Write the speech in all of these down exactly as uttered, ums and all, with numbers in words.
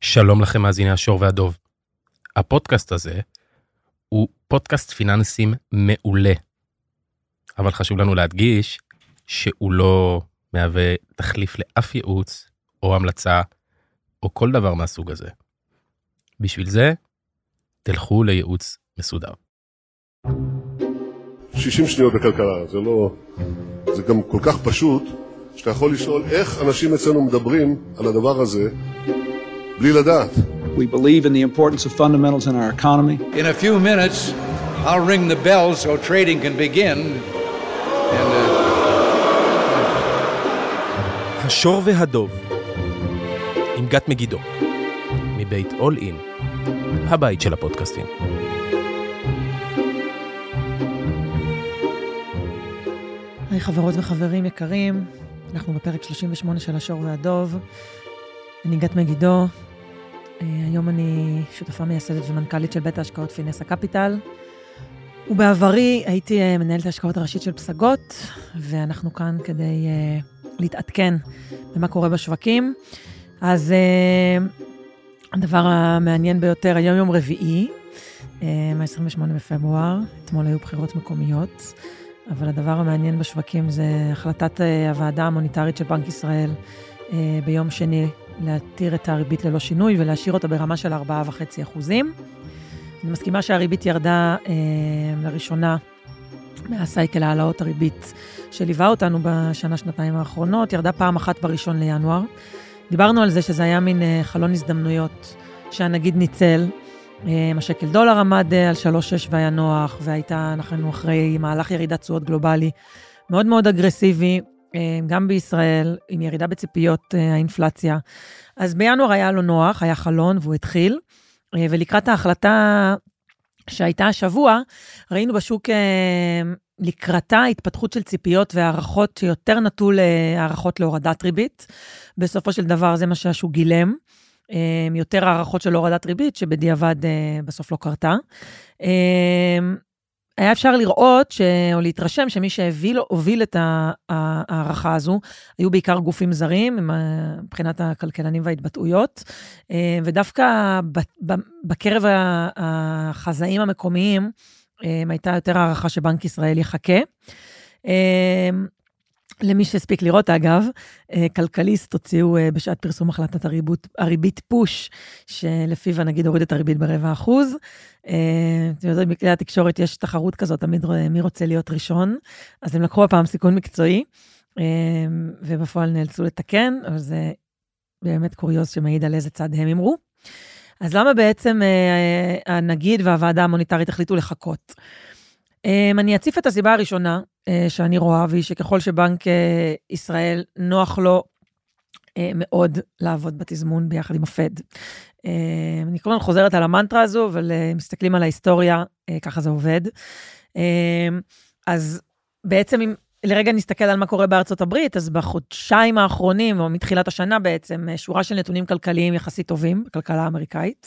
שלום לכם מאזיני השור והדוב. הפודקאסט הזה הוא פודקאסט פיננסים מעולה. אבל חשוב לנו להדגיש שהוא לא מהווה תחליף לאף ייעוץ או המלצה או כל דבר מהסוג הזה. בשביל זה תלכו לייעוץ מסודר. שישים שניות בכלכלה, זה לא... זה גם כל כך פשוט שאתה יכול לשאול איך אנשים אצלנו מדברים על הדבר הזה בלי לדעת. We believe in the importance of fundamentals in our economy. In a few minutes, I'll ring the bell so trading can begin. And, uh... השור והדוב, עם גת מגידו, מבית All In, הבית של הפודקאסטים. היי חברות וחברים יקרים, אנחנו בפרק שלושים ושמונה של השור והדוב. אני גת מגידו, היום אני שותפה מייסדת ומנכ"לית של בית ההשקעות פיננסה קפיטל, ובעברי הייתי מנהלת ההשקעות הראשית של פסגות, ואנחנו כאן כדי להתעדכן במה קורה בשווקים. אז הדבר המעניין ביותר, היום יום רביעי, ה-עשרים ושמונה בפברואר, אתמול היו בחירות מקומיות, אבל הדבר המעניין בשווקים זה החלטת הוועדה המוניטרית של בנק ישראל ביום שני, להתיר את הריבית ללא שינוי ולהשאיר אותה ברמה של ארבעה נקודה חמש אחוזים. אני מסכימה שהריבית ירדה אה, לראשונה מהסייקל העלאות הריבית שליווה אותנו בשנה שנתיים האחרונות, ירדה פעם אחת בראשון לינואר. דיברנו על זה שזה היה מין אה, חלון הזדמנויות שהנגיד ניצל, אה, השקל דולר עמד אה, על שלוש נקודה שש והיה נוח, והייתה אנחנו אחרי מהלך ירידת תשואות גלובלי מאוד מאוד אגרסיבי, גם בישראל, עם ירידה בציפיות האינפלציה. אז בינואר היה לו נוח, היה חלון, והוא התחיל, ולקראת ההחלטה שהייתה השבוע, ראינו בשוק לקראתה התפתחות של ציפיות והערכות שיותר נטו להערכות להורדת ריבית. בסופו של דבר זה מה שהשוק גילם, יותר הערכות של הורדת ריבית, שבדיעבד בסוף לא קרתה. היה אפשר לראות ש... או להתרשם שמי שהוביל את הערכה הזו, היו בעיקר גופים זרים, מבחינת הכלכלנים וההתבטאויות, ודווקא בקרב החזאים המקומיים, הייתה יותר הערכה שבנק ישראל יחכה. למי שהספיק לראות, אגב, כלכליסט הוציאו בשעת פרסום החלטת הריבית, הריבית פוש, שלפיו הנגיד הוריד את הריבית ברבע אחוז. אתם יודעים, בכלי התקשורת יש תחרות כזאת, תמיד מי רוצה להיות ראשון, אז הם לקחו הפעם סיכון מקצועי, ובפועל נאלצו לתקן, אבל זה באמת קוריוז שמעיד על איזה צד הם אמרו. אז למה בעצם הנגיד והוועדה המוניטרית החליטו לחכות? אני אציף את הסיבה הראשונה שאני רואה, והיא שככל שבנק ישראל נוח לו מאוד לעבוד בתזמון ביחד עם הפד. אני כל הזמן חוזרת על המנטרה הזו, אבל מסתכלים על ההיסטוריה, ככה זה עובד. אז בעצם אם לרגע נסתכל על מה קורה בארצות הברית, אז בחודשיים האחרונים, או מתחילת השנה בעצם, שורה של נתונים כלכליים יחסית טובים, בכלכלה האמריקאית,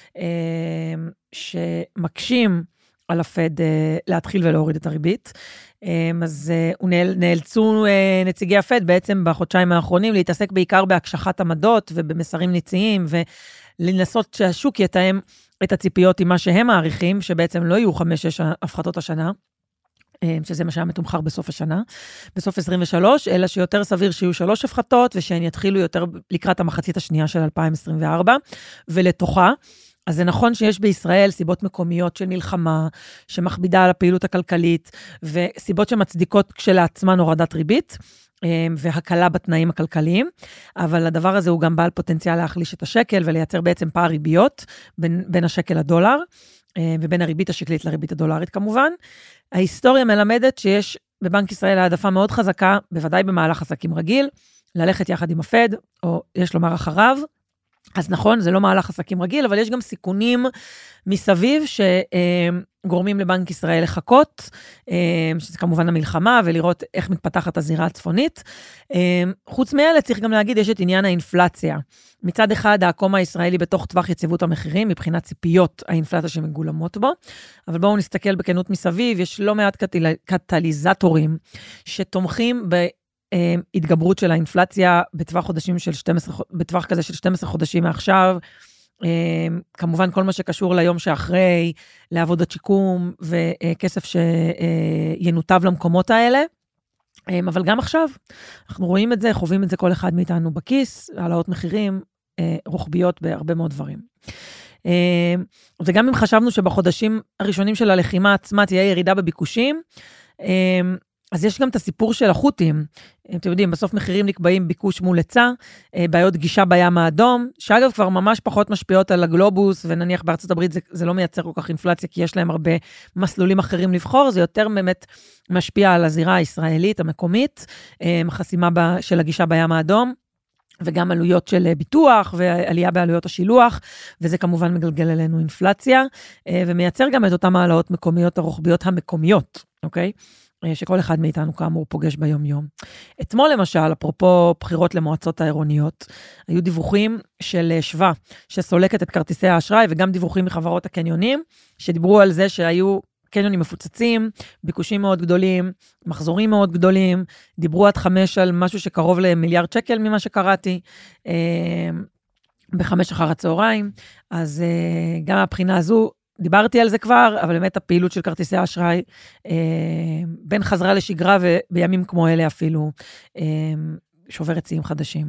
שמקשים על הפד להתחיל ולהוריד את הריבית. אז נאלצו נציגי הפד בעצם בחודשיים האחרונים להתעסק בעיקר בהקשחת עמדות ובמסרים ניציים, ולנסות שהשוק יתאם את הציפיות עם מה שהם מעריכים, שבעצם לא יהיו חמש שש הפחתות השנה, שזה מה שהיה מתומחר בסוף השנה, בסוף עשרים ושלוש, אלא שיותר סביר שיהיו שלוש הפחתות, ושהן יתחילו יותר לקראת המחצית השנייה של אלפיים עשרים וארבע, ולתוכה, אז זה נכון שיש בישראל סיבות מקומיות של מלחמה, שמכבידה על הפעילות הכלכלית, וסיבות שמצדיקות כשלעצמן הורדת ריבית, והקלה בתנאים הכלכליים, אבל הדבר הזה הוא גם בעל פוטנציאל להחליש את השקל, ולייצר בעצם פער ריביות בין, בין השקל לדולר, ובין הריבית השקלית לריבית הדולרית כמובן. ההיסטוריה מלמדת שיש בבנק ישראל העדפה מאוד חזקה, בוודאי במהלך עסקים רגיל, ללכת יחד עם הפד, או יש לומר אחריו, אז נכון, זה לא מהלך עסקים רגיל, אבל יש גם סיכונים מסביב שגורמים לבנק ישראל לחכות, שזה כמובן המלחמה, ולראות איך מתפתחת הזירה הצפונית. חוץ מאלה, צריך גם להגיד, יש את עניין האינפלציה. מצד אחד, העקום הישראלי בתוך טווח יציבות המחירים, מבחינת ציפיות האינפלציה שמגולמות בו, אבל בואו נסתכל בכנות מסביב, יש לא מעט קטליזטורים שתומכים ב... התגברות של האינפלציה בטווח חודשים של שנים עשר, בטווח כזה של שנים עשר חודשים מעכשיו, כמובן כל מה שקשור ליום שאחרי, לעבודת שיקום וכסף שינותב למקומות האלה, אבל גם עכשיו, אנחנו רואים את זה, חווים את זה כל אחד מאיתנו בכיס, העלאות מחירים, רוחביות בהרבה מאוד דברים. וגם אם חשבנו שבחודשים הראשונים של הלחימה עצמה תהיה ירידה בביקושים, אז יש גם את הסיפור של החות'ים. אתם יודעים, בסוף מחירים נקבעים ביקוש מול היצע, בעיות גישה בים האדום, שאגב כבר ממש פחות משפיעות על הגלובוס, ונניח בארצות הברית זה, זה לא מייצר כל כך אינפלציה, כי יש להם הרבה מסלולים אחרים לבחור, זה יותר באמת משפיע על הזירה הישראלית, המקומית, חסימה של הגישה בים האדום, וגם עלויות של ביטוח, ועלייה בעלויות השילוח, וזה כמובן מגלגל אלינו אינפלציה, ומייצר גם את אותם העלאות מקומיות, הרוחביות המקומיות, אוקיי? שכל אחד מאיתנו כאמור פוגש ביום יום. אתמול למשל, אפרופו בחירות למועצות העירוניות, היו דיווחים של שווה, שסולקת את כרטיסי האשראי, וגם דיווחים מחברות הקניונים, שדיברו על זה שהיו קניונים מפוצצים, ביקושים מאוד גדולים, מחזורים מאוד גדולים, דיברו עד חמש על משהו שקרוב למיליארד שקל ממה שקראתי, בחמש אחר הצהריים, אז גם מהבחינה הזו, דיברתי על זה כבר, אבל באמת הפעילות של כרטיסי האשראי, אה, בין חזרה לשגרה ובימים כמו אלה אפילו, אה, שוברת שיאים חדשים.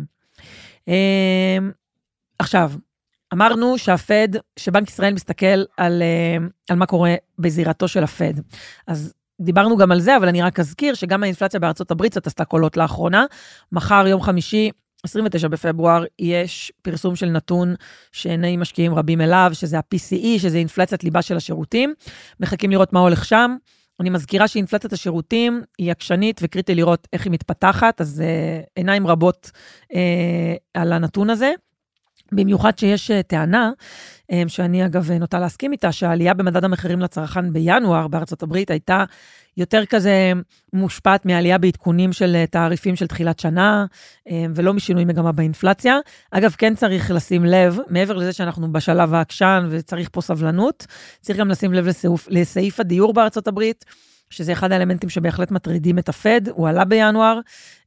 אה, עכשיו, אמרנו שהפד, שבנק ישראל מסתכל על, אה, על מה קורה בזירתו של הפד. אז דיברנו גם על זה, אבל אני רק אזכיר שגם האינפלציה בארצות הברית קצת עשתה קולות לאחרונה. מחר, יום חמישי, עשרים ותשעה בפברואר, יש פרסום של נתון שעיני משקיעים רבים אליו, שזה ה-פי סי אי, שזה אינפלציית ליבה של השירותים. מחכים לראות מה הולך שם. אני מזכירה שאינפלציית השירותים היא עקשנית וקריטי לראות איך היא מתפתחת, אז אה, עיניים רבות אה, על הנתון הזה. במיוחד שיש טענה, שאני אגב נוטה להסכים איתה, שהעלייה במדד המחירים לצרכן בינואר בארצות הברית הייתה יותר כזה מושפעת מעלייה בעדכונים של תעריפים של תחילת שנה, ולא משינוי מגמה באינפלציה. אגב, כן צריך לשים לב, מעבר לזה שאנחנו בשלב העקשן וצריך פה סבלנות, צריך גם לשים לב לסעיף, לסעיף הדיור בארצות הברית, שזה אחד האלמנטים שבהחלט מטרידים את הפד, הוא עלה בינואר,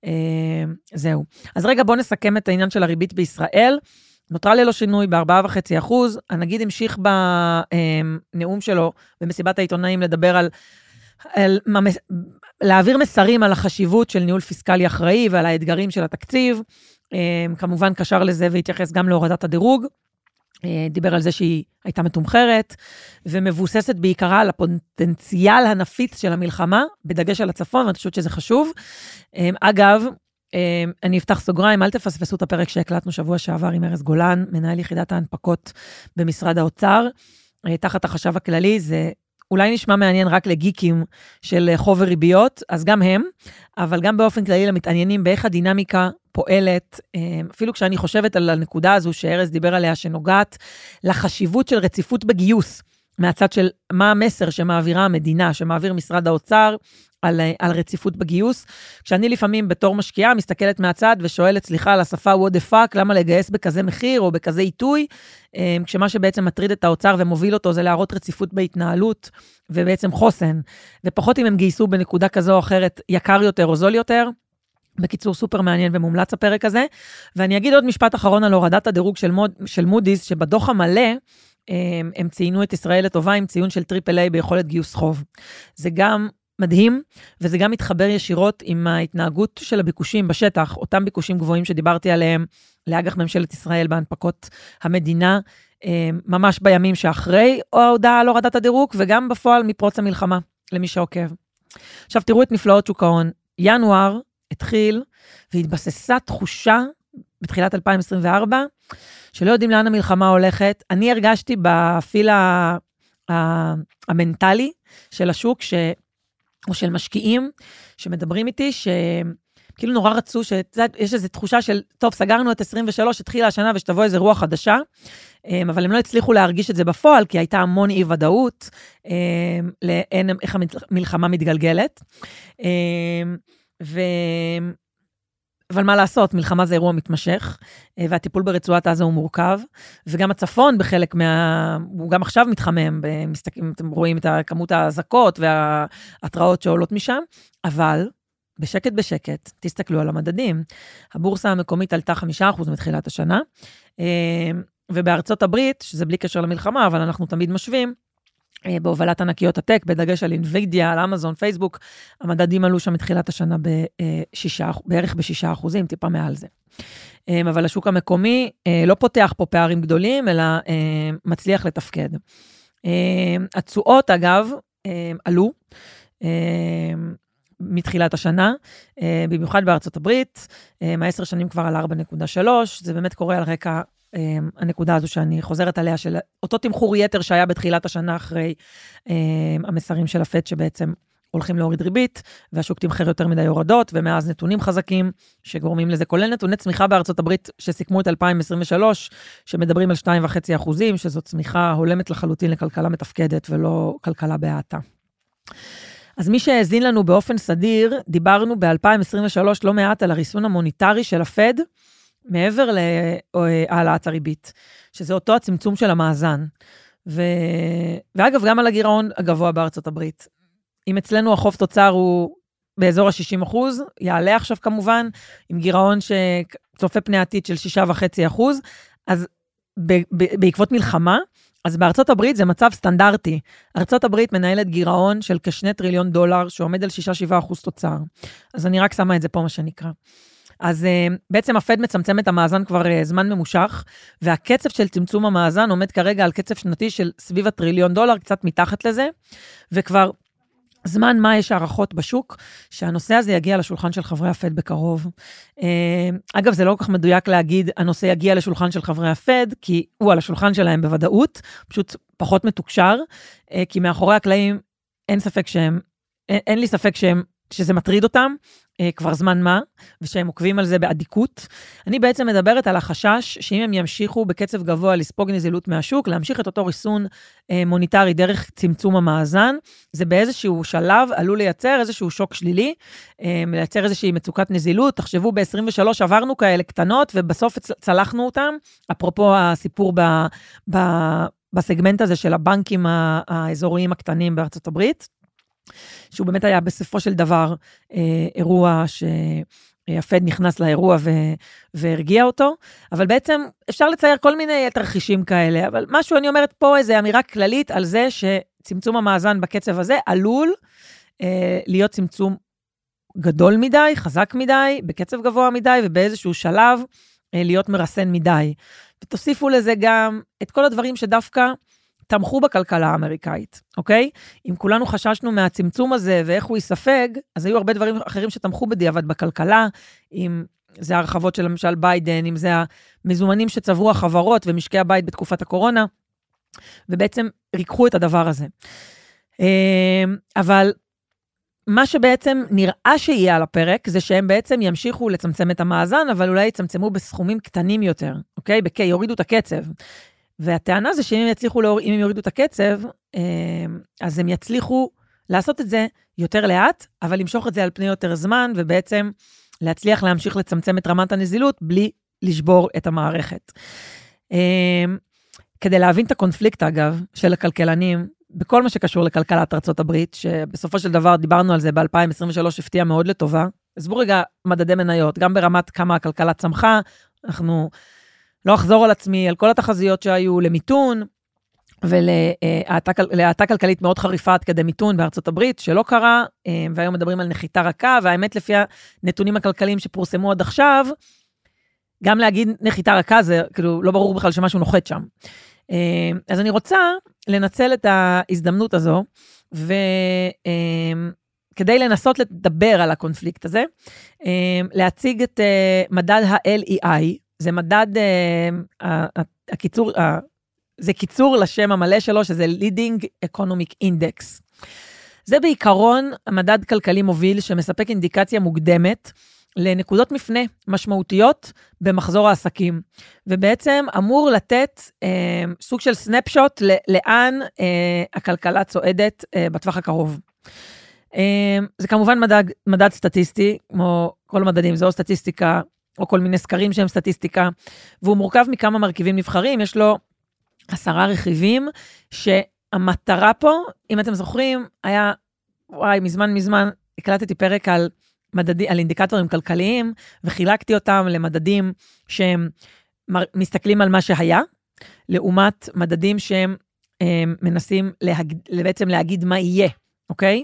זהו. אז רגע, בואו נסכם את העניין של הריבית בישראל, נותרה ללא שינוי ב-ארבעה וחצי אחוז, הנגיד המשיך בנאום שלו, במסיבת העיתונאים, לדבר על, על להעביר מסרים על החשיבות של ניהול פיסקלי אחראי, ועל האתגרים של התקציב, כמובן קשר לזה והתייחס גם להורדת הדירוג, דיבר על זה שהיא הייתה מתומחרת, ומבוססת בעיקרה על הפוטנציאל הנפיץ של המלחמה, בדגש על הצפון, ואני חושבת שזה חשוב. אגב, אני אפתח סוגריים, אל תפספסו את הפרק שהקלטנו שבוע שעבר עם ארז גולן, מנהל יחידת ההנפקות במשרד האוצר, תחת החשב הכללי, זה אולי נשמע מעניין רק לגיקים של חוב וריביות, אז גם הם, אבל גם באופן כללי למתעניינים באיך הדינמיקה פועלת, אפילו כשאני חושבת על הנקודה הזו שארז דיבר עליה, שנוגעת לחשיבות של רציפות בגיוס, מהצד של מה המסר שמעבירה המדינה, שמעביר משרד האוצר, על, על רציפות בגיוס. כשאני לפעמים בתור משקיעה מסתכלת מהצד ושואלת, סליחה, על השפה what the fuck, למה לגייס בכזה מחיר או בכזה עיתוי, כשמה שבעצם מטריד את האוצר ומוביל אותו זה להראות רציפות בהתנהלות ובעצם חוסן, ופחות אם הם גייסו בנקודה כזו או אחרת יקר יותר או זול יותר. בקיצור, סופר מעניין ומומלץ הפרק הזה. ואני אגיד עוד משפט אחרון על הורדת הדירוג של, מוד, של מודי'ס, שבדוח המלא הם, הם ציינו את ישראל לטובה עם ציון של טריפל איי ביכולת גיוס חוב. זה גם מדהים, וזה גם מתחבר ישירות עם ההתנהגות של הביקושים בשטח, אותם ביקושים גבוהים שדיברתי עליהם, לאג"ח ממשלת ישראל בהנפקות המדינה, ממש בימים שאחרי ההודעה על הורדת הדירוג, וגם בפועל מפרוץ המלחמה, למי שעוקב. עכשיו תראו את נפלאות שוק ההון. ינואר התחיל, והתבססה תחושה בתחילת אלפיים עשרים וארבע, שלא יודעים לאן המלחמה הולכת. אני הרגשתי בפיל המנטלי של השוק, ש... או של משקיעים שמדברים איתי, שכאילו נורא רצו, שיש איזו תחושה של, טוב, סגרנו את עשרים ושלוש, התחילה השנה ושתבוא איזו רוח חדשה, אבל הם לא הצליחו להרגיש את זה בפועל, כי הייתה המון אי ודאות, איך המלחמה מתגלגלת. ו... אבל מה לעשות, מלחמה זה אירוע מתמשך, והטיפול ברצועת עזה הוא מורכב, וגם הצפון בחלק מה... הוא גם עכשיו מתחמם, במסתכלים, אתם רואים את כמות ההזקות וההתראות שעולות משם, אבל בשקט בשקט, תסתכלו על המדדים. הבורסה המקומית עלתה חמישה אחוז מתחילת השנה, ובארצות הברית, שזה בלי קשר למלחמה, אבל אנחנו תמיד משווים, בהובלת ענקיות הטק, בדגש על אינווידיה, על אמזון, פייסבוק, המדדים עלו שם מתחילת השנה בשישה, בערך בשישה אחוזים, טיפה מעל זה. אבל השוק המקומי לא פותח פה פערים גדולים, אלא מצליח לתפקד. התשואות, אגב, עלו מתחילת השנה, במיוחד בארצות הברית, מהעשר שנים כבר על ארבע נקודה שלוש, זה באמת קורה על רקע הנקודה הזו שאני חוזרת עליה, של אותו תמחור יתר שהיה בתחילת השנה אחרי המסרים של הפד, שבעצם הולכים להוריד ריבית, והשוק תמחר יותר מדי הורדות, ומאז נתונים חזקים שגורמים לזה, כולל נתוני צמיחה בארצות הברית, שסיכמו את אלפיים עשרים ושלוש, שמדברים על שתיים וחצי אחוזים, שזו צמיחה הולמת לחלוטין לכלכלה מתפקדת, ולא כלכלה בהאטה. אז מי שהאזין לנו באופן סדיר, דיברנו ב-אלפיים עשרים ושלוש לא מעט על הריסון המוניטרי של הפד, מעבר להעלאת הריבית, שזה אותו הצמצום של המאזן. ו... ואגב, גם על הגירעון הגבוה בארצות הברית. אם אצלנו החוב תוצר הוא באזור ה-שישים אחוז, יעלה עכשיו כמובן, עם גירעון שצופה פני עתיד של שישה וחצי אחוז, אז ב... ב... בעקבות מלחמה, אז בארצות הברית זה מצב סטנדרטי. ארצות הברית מנהלת גירעון של כשני טריליון דולר, שעומד על שישה שבעה אחוז תוצר. אז אני רק שמה את זה פה מה שנקרא. אז uh, בעצם הפד מצמצם את המאזן כבר uh, זמן ממושך, והקצב של צמצום המאזן עומד כרגע על קצב שנתי של סביב הטריליון דולר, קצת מתחת לזה, וכבר זמן מה יש הערכות בשוק, שהנושא הזה יגיע לשולחן של חברי הפד בקרוב. Uh, אגב, זה לא כל כך מדויק להגיד, הנושא יגיע לשולחן של חברי הפד, כי הוא על השולחן שלהם בוודאות, פשוט פחות מתוקשר, uh, כי מאחורי הקלעים אין ספק שהם, אין, אין לי ספק שהם, שזה מטריד אותם, כבר זמן מה, ושהם עוקבים על זה בעדיקות. אני בעצם מדברת על החשש, שאם הם ימשיכו בקצב גבוה לספוג נזילות מהשוק, להמשיך את אותו ריסון מוניטרי דרך צמצום המאזן, זה באיזשהו שלב עלול לייצר איזשהו שוק שלילי, לייצר איזושהי מצוקת נזילות. תחשבו, ב-עשרים ושלוש עברנו כאלה קטנות, ובסוף צלחנו אותם, אפרופו הסיפור ב, ב, בסגמנט הזה של הבנקים האזוריים הקטנים בארצות הברית, שהוא באמת היה בסופו של דבר אה, אירוע שהפד נכנס לאירוע ו, והרגיע אותו, אבל בעצם אפשר לצייר כל מיני תרחישים כאלה, אבל משהו אני אומרת פה איזו אמירה כללית על זה שצמצום המאזן בקצב הזה עלול אה, להיות צמצום גדול מדי, חזק מדי, בקצב גבוה מדי, ובאיזשהו שלב אה, להיות מרסן מדי. ותוסיפו לזה גם את כל הדברים שדווקא תמכו בכלכלה האמריקאית, אוקיי? אם כולנו חששנו מהצמצום הזה ואיך הוא יספג, אז היו הרבה דברים אחרים שתמכו בדיעבד בכלכלה, אם זה הרחבות של למשל ביידן, אם זה המזומנים שצברו החברות ומשקי הבית בתקופת הקורונה, ובעצם ריקחו את הדבר הזה. אבל מה שבעצם נראה שיהיה על הפרק, זה שהם בעצם ימשיכו לצמצם את המאזן, אבל אולי יצמצמו בסכומים קטנים יותר, אוקיי? בכי, יורידו את הקצב. והטענה זה שאם הם יצליחו, להור... אם הם יורידו את הקצב, אז הם יצליחו לעשות את זה יותר לאט, אבל למשוך את זה על פני יותר זמן, ובעצם להצליח להמשיך לצמצם את רמת הנזילות, בלי לשבור את המערכת. כדי להבין את הקונפליקט, אגב, של הכלכלנים, בכל מה שקשור לכלכלת ארצות הברית, שבסופו של דבר דיברנו על זה ב-אלפיים עשרים ושלוש, הפתיע מאוד לטובה. עזבו רגע מדדי מניות, גם ברמת כמה הכלכלה צמחה, אנחנו לא אחזור על עצמי, על כל התחזיות שהיו למיתון, ולהאטה כלכלית מאוד חריפה עד כדי מיתון בארצות הברית, שלא קרה, והיום מדברים על נחיתה רכה, והאמת לפי הנתונים הכלכליים שפורסמו עד עכשיו, גם להגיד נחיתה רכה, זה כאילו לא ברור בכלל שמשהו נוחת שם. אז אני רוצה לנצל את ההזדמנות הזו, וכדי לנסות לדבר על הקונפליקט הזה, להציג את מדד ה-אל אי איי, זה מדד, הקיצור, זה קיצור לשם המלא שלו, שזה Leading Economic Index. זה בעיקרון המדד כלכלי מוביל, שמספק אינדיקציה מוקדמת, לנקודות מפנה משמעותיות במחזור העסקים, ובעצם אמור לתת אה, סוג של סנפשוט לאן אה, הכלכלה צועדת אה, בטווח הקרוב. אה, זה כמובן מדד, מדד סטטיסטי, כמו כל המדדים, זו סטטיסטיקה, או כל מיני סקרים שהם סטטיסטיקה, והוא מורכב מכמה מרכיבים נבחרים, יש לו עשרה רכיבים, שהמטרה פה, אם אתם זוכרים, היה, וואי, מזמן מזמן, הקלטתי פרק על מדדי, על אינדיקטורים כלכליים, וחילקתי אותם למדדים שהם מסתכלים על מה שהיה, לעומת מדדים שהם מנסים בעצם להגיד מה יהיה, אוקיי?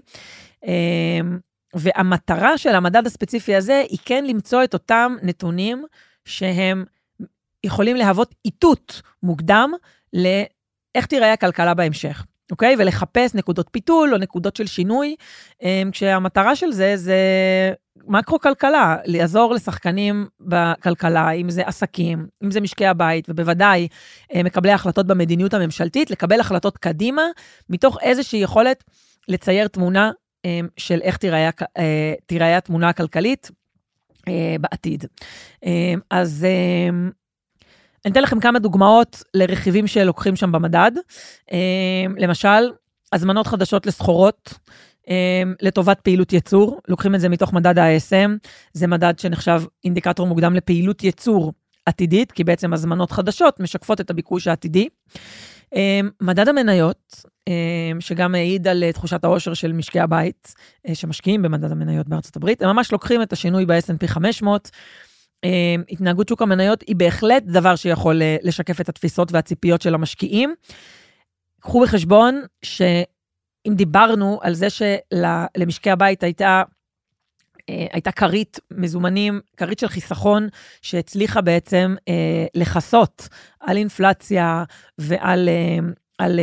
והמטרה של המדד הספציפי הזה היא כן למצוא את אותם נתונים שהם יכולים להוות איתות מוקדם לאיך תיראה הכלכלה בהמשך, אוקיי? ולחפש נקודות פיתול או נקודות של שינוי, כשהמטרה של זה זה מקרו-כלכלה, לעזור לשחקנים בכלכלה, אם זה עסקים, אם זה משקי הבית, ובוודאי מקבלי החלטות במדיניות הממשלתית, לקבל החלטות קדימה, מתוך איזושהי יכולת לצייר תמונה של איך תיראה, תיראה התמונה הכלכלית בעתיד. אז אני אתן לכם כמה דוגמאות לרכיבים שלוקחים שם במדד. למשל, הזמנות חדשות לסחורות, לטובת פעילות ייצור, לוקחים את זה מתוך מדד ה-איי אס אם, זה מדד שנחשב אינדיקטור מוקדם לפעילות ייצור עתידית, כי בעצם הזמנות חדשות משקפות את הביקוש העתידי. מדד המניות, שגם העיד על תחושת העושר של משקי הבית, שמשקיעים במדד המניות בארצות הברית, הם ממש לוקחים את השינוי ב-אס אנד פי חמש מאות, התנהגות שוק המניות היא בהחלט דבר שיכול לשקף את התפיסות והציפיות של המשקיעים. קחו בחשבון שאם דיברנו על זה שלמשקי הבית הייתה, הייתה קרית מזומנים, קרית של חיסכון, שהצליחה בעצם לחסות על אינפלציה ועל על,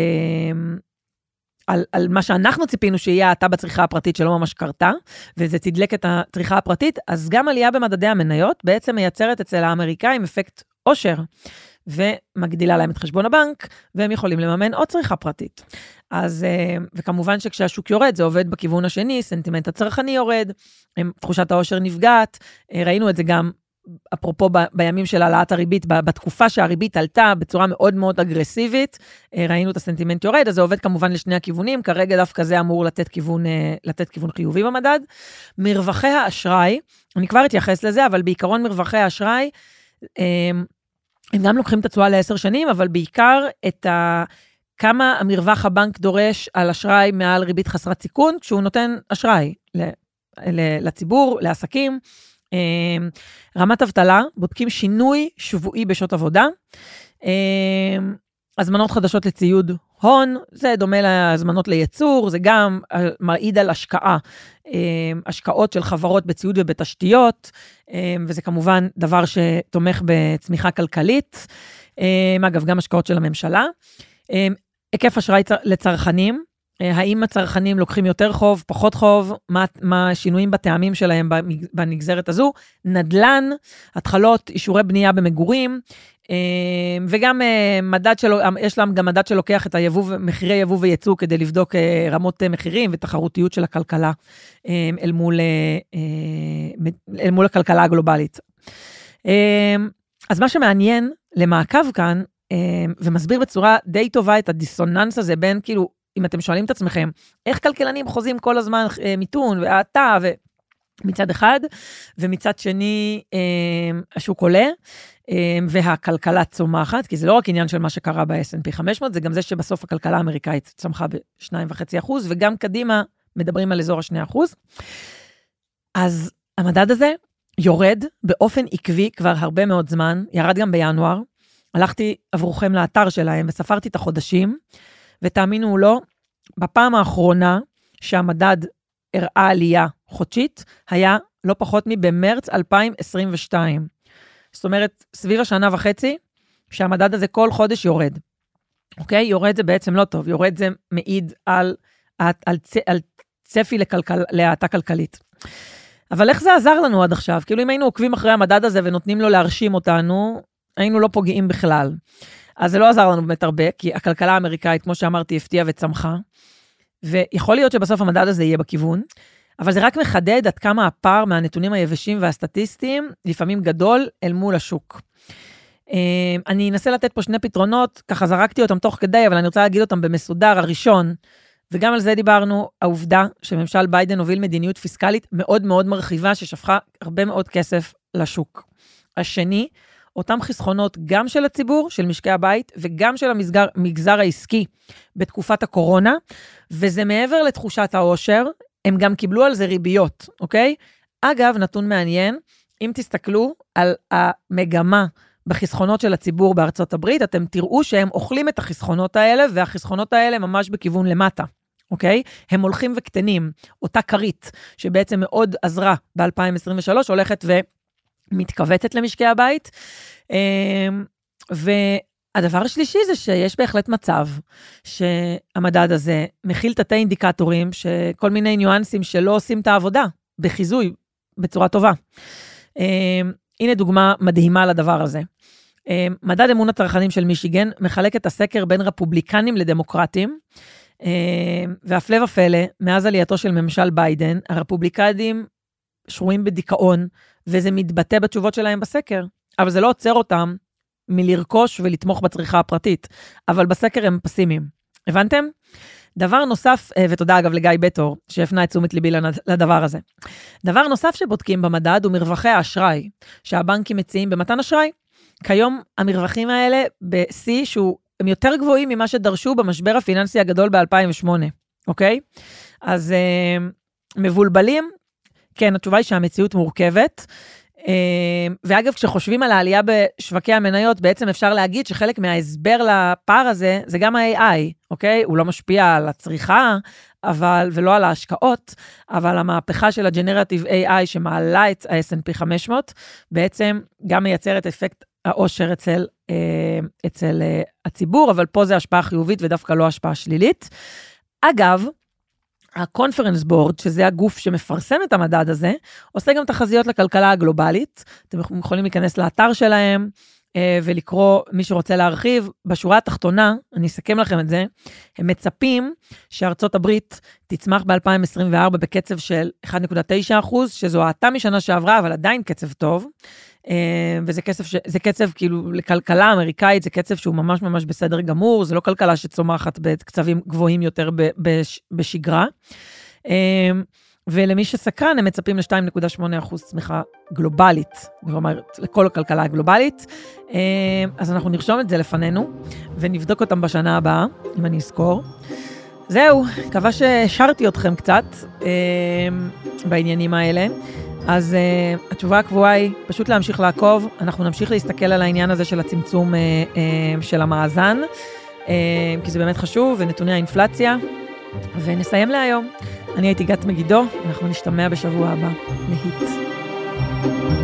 על, על מה שאנחנו ציפינו שיהיה האטה בצריכה הפרטית שלא ממש קרתה, וזה תדלק את הצריכה הפרטית, אז גם עלייה במדדי המניות בעצם מייצרת אצל האמריקאים אפקט עושר, ומגדילה להם את חשבון הבנק, והם יכולים לממן עוד צריכה פרטית. אז, וכמובן שכשהשוק יורד, זה עובד בכיוון השני, סנטימנט הצרכני יורד, תחושת העושר נפגעת, ראינו את זה גם, אפרופו ב, בימים של העלאת הריבית, בתקופה שהריבית עלתה בצורה מאוד מאוד אגרסיבית, ראינו את הסנטימנט יורד, אז זה עובד כמובן לשני הכיוונים, כרגע דווקא זה אמור לתת כיוון, לתת כיוון חיובי במדד. מרווחי האשראי, אני כבר אתייחס לזה, אבל בעיקרון מרווחי האשראי, הם גם לוקחים את התשואה לעשר שנים, אבל בעיקר את ה... כמה המרווח הבנק דורש על אשראי מעל ריבית חסרת סיכון, כשהוא נותן אשראי לציבור, לעסקים. רמת אבטלה, בודקים שינוי שבועי בשעות עבודה. הזמנות חדשות לציוד הון, זה דומה להזמנות לייצור, זה גם מעיד על השקעה, השקעות של חברות בציוד ובתשתיות, וזה כמובן דבר שתומך בצמיחה כלכלית, אגב, גם השקעות של הממשלה. היקף אשראי לצרכנים, האם הצרכנים לוקחים יותר חוב, פחות חוב, מה, מה השינויים בטעמים שלהם בנגזרת הזו, נדלן, התחלות, אישורי בנייה במגורים, וגם מדד שלו, יש להם גם מדד שלוקח את היבוא, מחירי יבוא וייצוא, כדי לבדוק רמות מחירים ותחרותיות של הכלכלה, אל מול, אל מול הכלכלה הגלובלית. אז מה שמעניין למעקב כאן, ומסביר בצורה די טובה את הדיסוננס הזה בין כאילו, אם אתם שואלים את עצמכם, איך כלכלנים חוזים כל הזמן מיתון והאטה מצד אחד, ומצד שני השוק עולה, והכלכלה צומחת, כי זה לא רק עניין של מה שקרה ב-אס אנד פי חמש מאות, זה גם זה שבסוף הכלכלה האמריקאית צמחה ב-שתיים נקודה חמש אחוז, וגם קדימה מדברים על אזור ה-שני אחוז. אז המדד הזה יורד באופן עקבי כבר הרבה מאוד זמן, ירד גם בינואר, הלכתי עבורכם לאתר שלהם וספרתי את החודשים, ותאמינו או לא, בפעם האחרונה שהמדד הראה עלייה חודשית, היה לא פחות מבמרץ אלפיים עשרים ושתיים. זאת אומרת, סביב השנה וחצי, שהמדד הזה כל חודש יורד. אוקיי? יורד זה בעצם לא טוב, יורד זה מעיד על, על, על, על צפי לכלכל, להאטה כלכלית. אבל איך זה עזר לנו עד עכשיו? כאילו אם היינו עוקבים אחרי המדד הזה ונותנים לו להרשים אותנו, היינו לא פוגעים בכלל. אז זה לא עזר לנו באמת הרבה, כי הכלכלה האמריקאית, כמו שאמרתי, הפתיעה וצמחה, ויכול להיות שבסוף המדד הזה יהיה בכיוון, אבל זה רק מחדד עד כמה הפער מהנתונים היבשים והסטטיסטיים, לפעמים גדול אל מול השוק. אני אנסה לתת פה שני פתרונות, ככה זרקתי אותם תוך כדי, אבל אני רוצה להגיד אותם במסודר, הראשון, וגם על זה דיברנו, העובדה שממשל ביידן הוביל מדיניות פיסקלית מאוד מאוד מרחיבה, ששפכה הרבה מאוד כסף לשוק. השני, אותם חסכונות גם של הציבור, של משקי הבית, וגם של המגזר, המגזר העסקי בתקופת הקורונה, וזה מעבר לתחושת העושר, הם גם קיבלו על זה ריביות, אוקיי? אגב, נתון מעניין, אם תסתכלו על המגמה בחסכונות של הציבור בארצות הברית, אתם תראו שהם אוכלים את החסכונות האלה, והחסכונות האלה ממש בכיוון למטה, אוקיי? הם הולכים וקטנים, אותה קרית, שבעצם מאוד עזרה ב-אלפיים עשרים ושלוש, הולכת ומתכווצת למשקי הבית, והדבר השלישי זה שיש בהחלט מצב שהמדד הזה מכיל תתי אינדיקטורים, שכל מיני ניואנסים שלא עושים את העבודה, בחיזוי, בצורה טובה. הנה דוגמה מדהימה לדבר הזה. מדד אמון הצרכנים של מישיגן מחלק את הסקר בין רפובליקנים לדמוקרטים, והפלא ופלא, מאז עלייתו של ממשל ביידן, הרפובליקנים שרויים בדיכאון, וזה מתבטא בתשובות שלהם בסקר, אבל זה לא עוצר אותם מלרכוש ולתמוך בצריכה הפרטית, אבל בסקר הם פסימיים. הבנתם? דבר נוסף, ותודה אגב לגיא בטור, שהפנה את תשומת ליבי לדבר הזה. דבר נוסף שבודקים במדד הוא מרווחי האשראי, שהבנקים מציעים במתן אשראי. כיום המרווחים האלה ב-C, שהם יותר גבוהים ממה שדרשו במשבר הפיננסי הגדול ב-אלפיים ושמונה, אוקיי? אז אה, מבולבלים, כן, התשובה היא שהמציאות מורכבת, ואגב, כשחושבים על העלייה בשווקי המניות, בעצם אפשר להגיד שחלק מההסבר לפער הזה, זה גם ה-איי איי, אוקיי? הוא לא משפיע על הצריכה, אבל, ולא על ההשקעות, אבל המהפכה של ה-Generative איי איי, שמעלה את ה-אס אנד פי חמש מאות, בעצם גם מייצרת אפקט העושר אצל, אצל הציבור, אבל פה זה השפעה חיובית, ודווקא לא השפעה שלילית. אגב, הקונפרנס בורד, שזה הגוף שמפרסם את המדד הזה, עושה גם תחזיות לכלכלה הגלובלית. אתם יכולים להיכנס לאתר שלהם, ולקרוא, מי שרוצה להרחיב, בשורה התחתונה, אני אסכם לכם את זה, הם מצפים שארצות הברית תצמח ב-אלפיים עשרים וארבע בקצב של אחד נקודה תשע אחוז, שזו האטה משנה שעברה, אבל עדיין קצב טוב, וזה קצב, ש... זה קצב כאילו לכלכלה אמריקאית, זה קצב שהוא ממש ממש בסדר גמור, זה לא כלכלה שצומחת בקצבים גבוהים יותר בש... בשגרה, ולמי שסקרן, הם מצפים ל-שתיים נקודה שמונה אחוז צמיחה גלובלית, כלומר, לכל הכלכלה הגלובלית, אז אנחנו נרשום את זה לפנינו, ונבדוק אותם בשנה הבאה, אם אני אזכור. זהו, מקווה שהשארתי אתכם קצת בעניינים האלה, אז uh, התשובה הקבועה היא פשוט להמשיך לעקוב, אנחנו נמשיך להסתכל על העניין הזה של הצמצום uh, uh, של המאזן, uh, כי זה באמת חשוב, ונתוני האינפלציה, ונסיים להיום. אני הייתי גת מגידו, אנחנו נשתמע בשבוע הבא. להתראות.